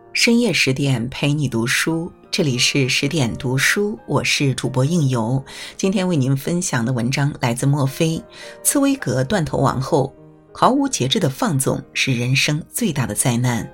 深夜10点陪你读书，这里是10点读书，我是主播应由。今天为您分享的文章来自墨菲。茨威格断头王后，毫无节制的放纵是人生最大的灾难。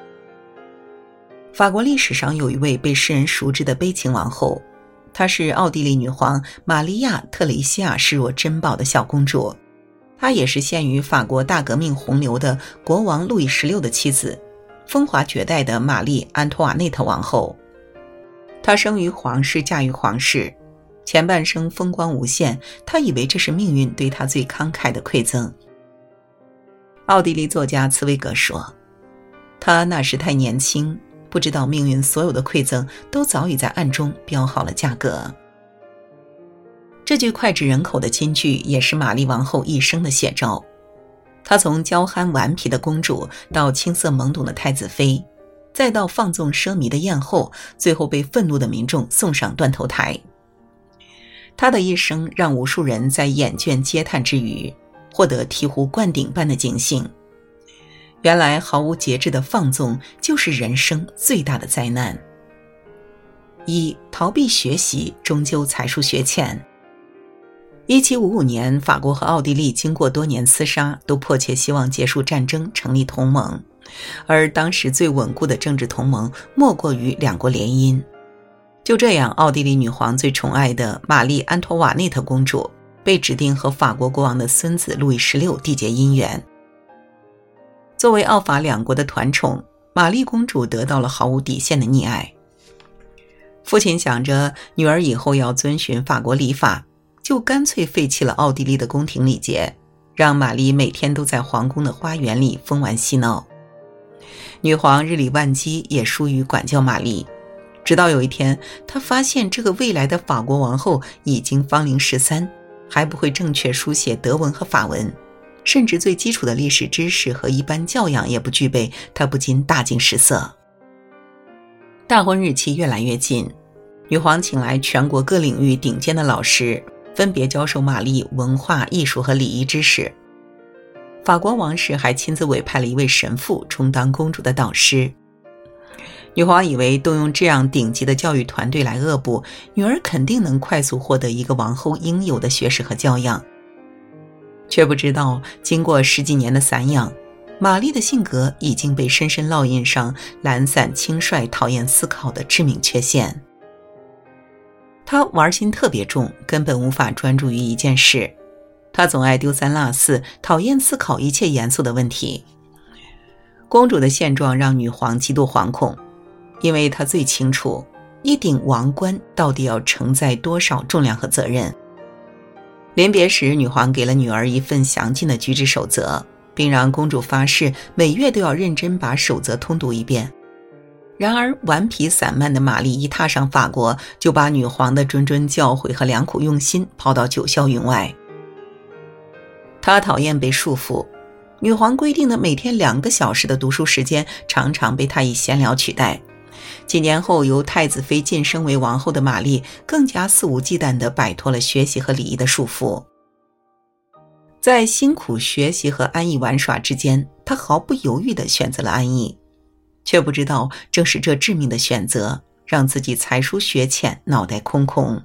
法国历史上有一位被世人熟知的悲情王后，她是奥地利女皇玛利亚·特蕾西亚视若珍宝的小公主，她也是陷于法国大革命洪流的国王路易16的妻子，风华绝代的玛丽·安托瓦内特王后。她生于皇室，嫁于皇室，前半生风光无限，她以为这是命运对她最慷慨的馈赠。奥地利作家茨威格说，她那时太年轻，不知道命运所有的馈赠都早已在暗中标好了价格。这句脍炙人口的金句也是玛丽王后一生的写照。她从娇憨顽皮的公主到青涩懵懂的太子妃，再到放纵奢靡的艳后，最后被愤怒的民众送上断头台。她的一生让无数人在眼倦嗟叹之余获得醍醐灌顶般的警醒。原来毫无节制的放纵就是人生最大的灾难。1. 逃避学习，终究才疏学浅。1755年，法国和奥地利经过多年厮杀，都迫切希望结束战争，成立同盟。而当时最稳固的政治同盟莫过于两国联姻。就这样，奥地利女皇最宠爱的玛丽·安托瓦内特公主被指定和法国国王的孙子路易16缔结姻缘。作为奥法两国的团宠，玛丽公主得到了毫无底线的溺爱。父亲想着女儿以后要遵循法国礼法，就干脆废弃了奥地利的宫廷礼节，让玛丽每天都在皇宫的花园里疯玩嬉闹。女皇日理万机，也疏于管教玛丽。直到有一天，她发现这个未来的法国王后已经芳龄13，还不会正确书写德文和法文，甚至最基础的历史知识和一般教养也不具备，她不禁大惊失色。大婚日期越来越近，女皇请来全国各领域顶尖的老师，分别教授玛丽文化、艺术和礼仪知识。法国王室还亲自委派了一位神父充当公主的导师。女皇以为动用这样顶级的教育团队来恶补，女儿肯定能快速获得一个王后应有的学识和教养。却不知道，经过10几年的散养，玛丽的性格已经被深深烙印上懒散轻率、讨厌思考的致命缺陷。她玩心特别重，根本无法专注于一件事。她总爱丢三落四，讨厌思考一切严肃的问题。公主的现状让女皇极度惶恐，因为她最清楚一顶王冠到底要承载多少重量和责任。临别时，女皇给了女儿一份详尽的举止守则，并让公主发誓每月都要认真把守则通读一遍。然而顽皮散漫的玛丽一踏上法国，就把女皇的谆谆教诲和良苦用心抛到九霄云外。她讨厌被束缚，女皇规定的每天2个小时的读书时间常常被她以闲聊取代。几年后，由太子妃晋升为王后的玛丽更加肆无忌惮地摆脱了学习和礼仪的束缚。在辛苦学习和安逸玩耍之间，她毫不犹豫地选择了安逸，却不知道正是这致命的选择让自己才疏学浅，脑袋空空。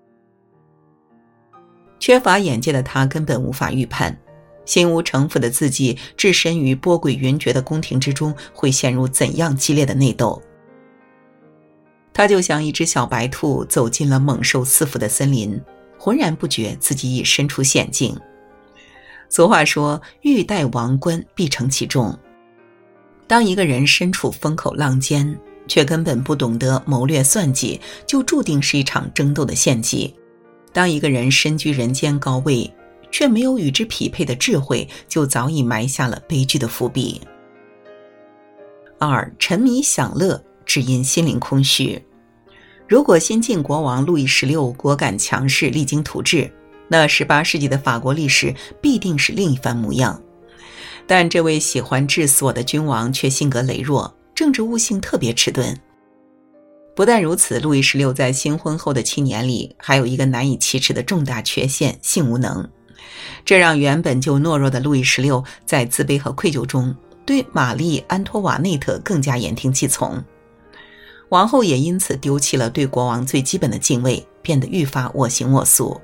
缺乏眼界的她根本无法预判，心无城府的自己置身于波诡云谲的宫廷之中会陷入怎样激烈的内斗。她就像一只小白兔走进了猛兽饲伏的森林，浑然不觉自己已身处险境。俗话说，欲戴王冠必承其重。当一个人身处风口浪尖，却根本不懂得谋略算计，就注定是一场争斗的献祭。当一个人身居人间高位，却没有与之匹配的智慧，就早已埋下了悲剧的伏笔。2. 沉迷享乐，只因心灵空虚。如果新晋国王路易16果敢强势，励精图治，那18世纪的法国历史必定是另一番模样。但这位喜欢治所的君王却性格羸弱，政治悟性特别迟钝。不但如此，路易16在新婚后的7年里，还有一个难以启齿的重大缺陷，性无能。这让原本就懦弱的路易16在自卑和愧疚中对玛丽·安托瓦内特更加言听计从。王后也因此丢弃了对国王最基本的敬畏，变得愈发我行我素。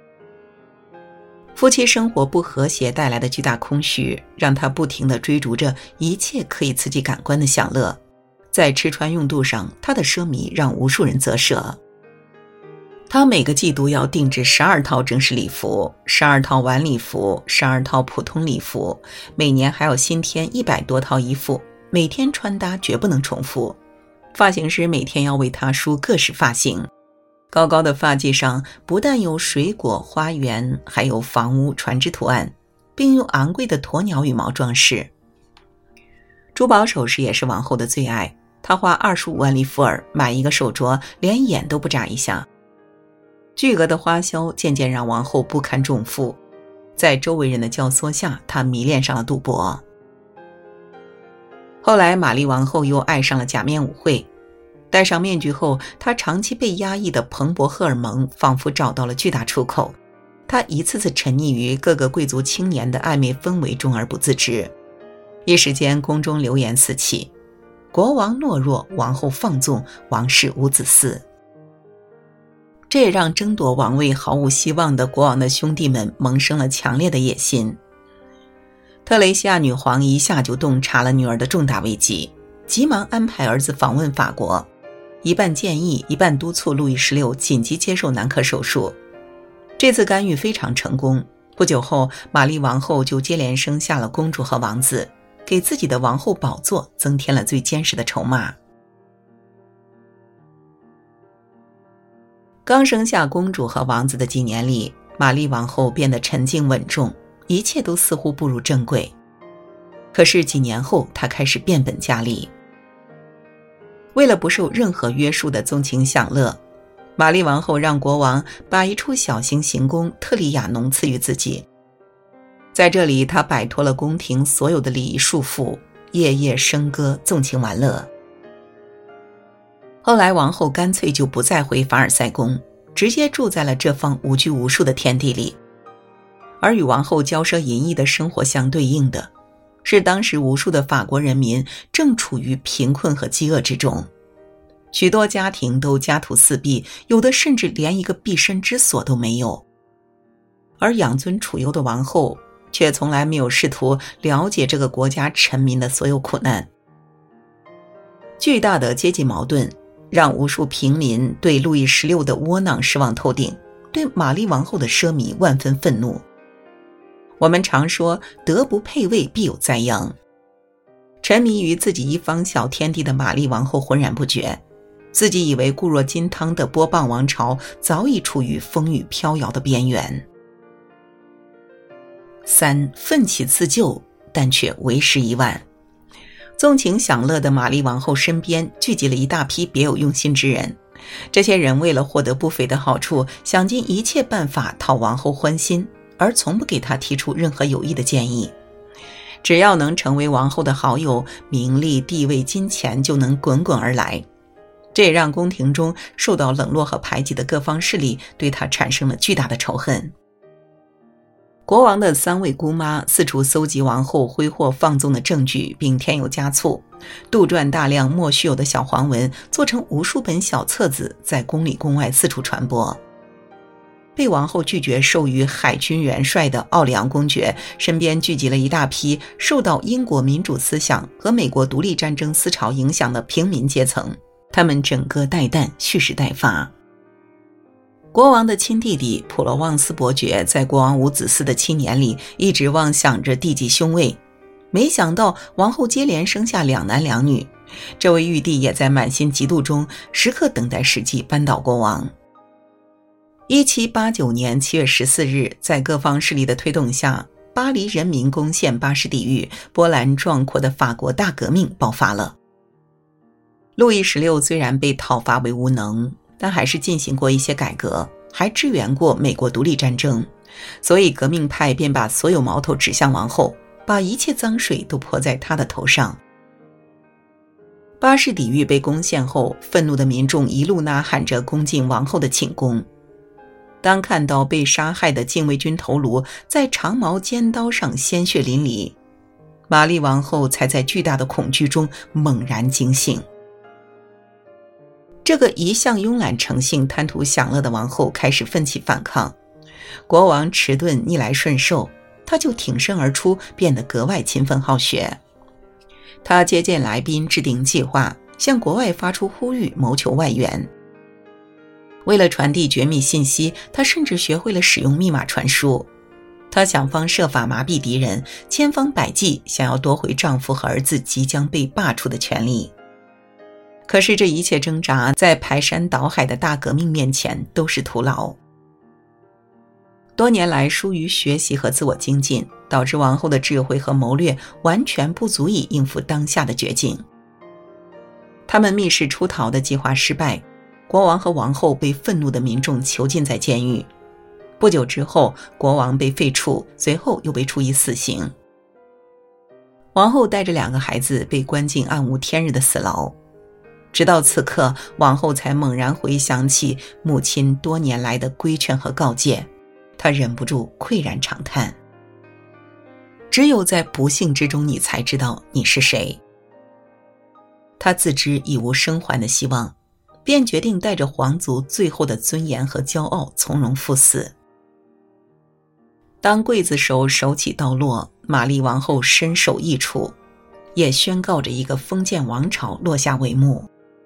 夫妻生活不和谐带来的巨大空虚，让她不停地追逐着一切可以刺激感官的享乐。在吃穿用度上，她的奢靡让无数人啧舌。她每个季度要定制12套正式礼服、12套晚礼服、12套普通礼服，每年还要新添100多套衣服，每天穿搭绝不能重复。发型师每天要为她梳各式发型，高高的发髻上不但有水果、花园，还有房屋、船只图案，并用昂贵的鸵鸟羽毛装饰。珠宝首饰也是王后的最爱，她花25万里弗尔买一个手镯，连眼都不眨一下。巨额的花销渐渐让王后不堪重负，在周围人的教唆下，她迷恋上了赌博。后来玛丽王后又爱上了假面舞会，戴上面具后，她长期被压抑的蓬勃荷尔蒙仿佛找到了巨大出口，她一次次沉溺于各个贵族青年的暧昧氛围中而不自知。一时间宫中流言四起，国王懦弱，王后放纵，王室无子嗣。这也让争夺王位毫无希望的国王的兄弟们萌生了强烈的野心。特蕾西亚女皇一下就洞察了女儿的重大危机，急忙安排儿子访问法国，一半建议，一半督促路易16紧急接受男科手术。这次干预非常成功，不久后玛丽王后就接连生下了公主和王子，给自己的王后宝座增添了最坚实的筹码。刚生下公主和王子的几年里，玛丽王后变得沉静稳重，一切都似乎步入正轨。可是几年后，她开始变本加厉。为了不受任何约束的纵情享乐，玛丽王后让国王把一处小型行宫特里亚农赐予自己。在这里，她摆脱了宫廷所有的礼仪束缚，夜夜笙歌，纵情玩乐。后来王后干脆就不再回凡尔赛宫，直接住在了这方无拘无束的天地里。而与王后骄奢淫逸的生活相对应的，是当时无数的法国人民正处于贫困和饥饿之中，许多家庭都家徒四壁，有的甚至连一个避身之所都没有。而养尊处优的王后却从来没有试图了解这个国家臣民的所有苦难。巨大的阶级矛盾让无数平民对路易16的窝囊失望透顶，对玛丽王后的奢靡万分愤怒。我们常说德不配位必有灾殃，沉迷于自己一方小天地的玛丽王后浑然不觉，自己以为固若金汤的波旁王朝早已处于风雨飘摇的边缘。3. 奋起自救，但却为时已晚。纵情享乐的玛丽王后身边聚集了一大批别有用心之人，这些人为了获得不菲的好处，想尽一切办法讨王后欢心，而从不给她提出任何有益的建议。只要能成为王后的好友，名利、地位、金钱就能滚滚而来。这也让宫廷中受到冷落和排挤的各方势力对她产生了巨大的仇恨。国王的3位姑妈四处搜集王后挥霍放纵的证据，并添油加醋，杜撰大量莫须有的小黄文，做成无数本小册子，在宫里宫外四处传播。被王后拒绝授予海军元帅的奥里昂公爵身边聚集了一大批受到英国民主思想和美国独立战争思潮影响的平民阶层，他们整个待旦，蓄势待发。国王的亲弟弟普罗旺斯伯爵在国王无子嗣的7年里一直妄想着递继兄位，没想到王后接连生下2男2女，这位玉帝也在满心嫉妒中时刻等待时机扳倒国王。1789年7月14日，在各方势力的推动下，巴黎人民攻陷巴士底狱，波澜壮阔的法国大革命爆发了。路易16虽然被讨伐为无能，但还是进行过一些改革，还支援过美国独立战争，所以革命派便把所有矛头指向王后，把一切脏水都泼在她的头上。巴士底狱被攻陷后，愤怒的民众一路呐喊着攻进王后的寝宫。当看到被杀害的禁卫军头颅在长矛尖刀上鲜血淋漓， 玛丽王后才在巨大的恐惧中猛然惊醒。这个一向慵懒成性、贪图享乐的王后开始奋起反抗，国王迟钝逆来顺受，他就挺身而出，变得格外勤奋好学。他接见来宾，制定计划，向国外发出呼吁，谋求外援。为了传递绝密信息，他甚至学会了使用密码传输。他想方设法麻痹敌人，千方百计想要夺回丈夫和儿子即将被罢黜的权利。可是这一切挣扎在排山倒海的大革命面前都是徒劳。多年来疏于学习和自我精进，导致王后的智慧和谋略完全不足以应付当下的绝境。他们密室出逃的计划失败，国王和王后被愤怒的民众囚禁在监狱。不久之后，国王被废黜，随后又被处以死刑。王后带着2个孩子被关进暗无天日的死牢。直到此刻，王后才猛然回想起母亲多年来的规劝和告诫，她忍不住喟然长叹。只有在不幸之中，你才知道你是谁。她自知已无生还的希望，便决定带着皇族最后的尊严和骄傲从容赴死。当刽子手手起刀落，玛丽王后身首异处，也宣告着一个封建王朝落下帷幕。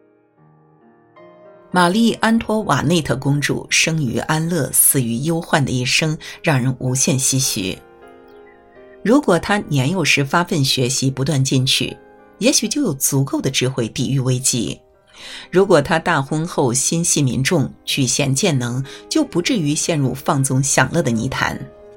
玛丽·安托瓦内特公主生于安乐，死于忧患的一生，让人无限唏嘘。如果她年幼时发奋学习，不断进取，也许就有足够的智慧抵御危机。如果她大婚后心系民众，举贤荐能，就不至于陷入放纵享乐的泥潭。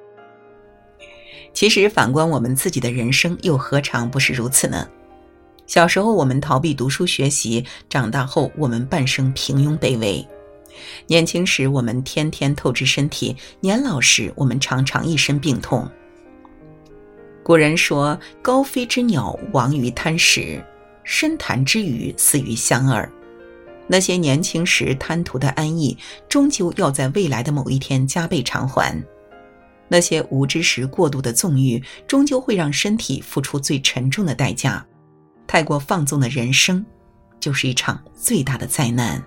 其实反观我们自己的人生，又何尝不是如此呢？小时候我们逃避读书学习，长大后我们半生平庸卑微。年轻时我们天天透支身体，年老时我们常常一身病痛。古人说，高飞之鸟亡于贪食，深潭之鱼死于香饵。那些年轻时贪图的安逸，终究要在未来的某一天加倍偿还。那些无知时过度的纵欲，终究会让身体付出最沉重的代价。太过放纵的人生，就是一场最大的灾难。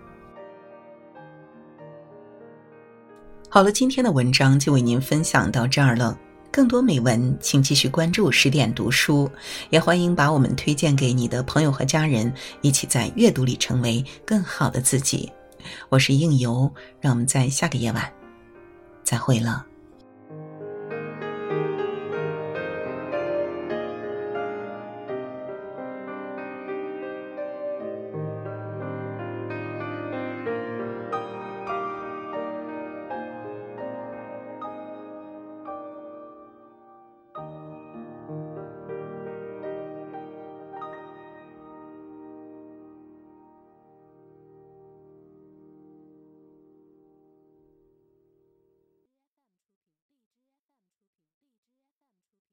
好了，今天的文章就为您分享到这儿了。更多美文，请继续关注10点读书，也欢迎把我们推荐给你的朋友和家人，一起在阅读里成为更好的自己。我是应由，让我们在下个夜晚再会了。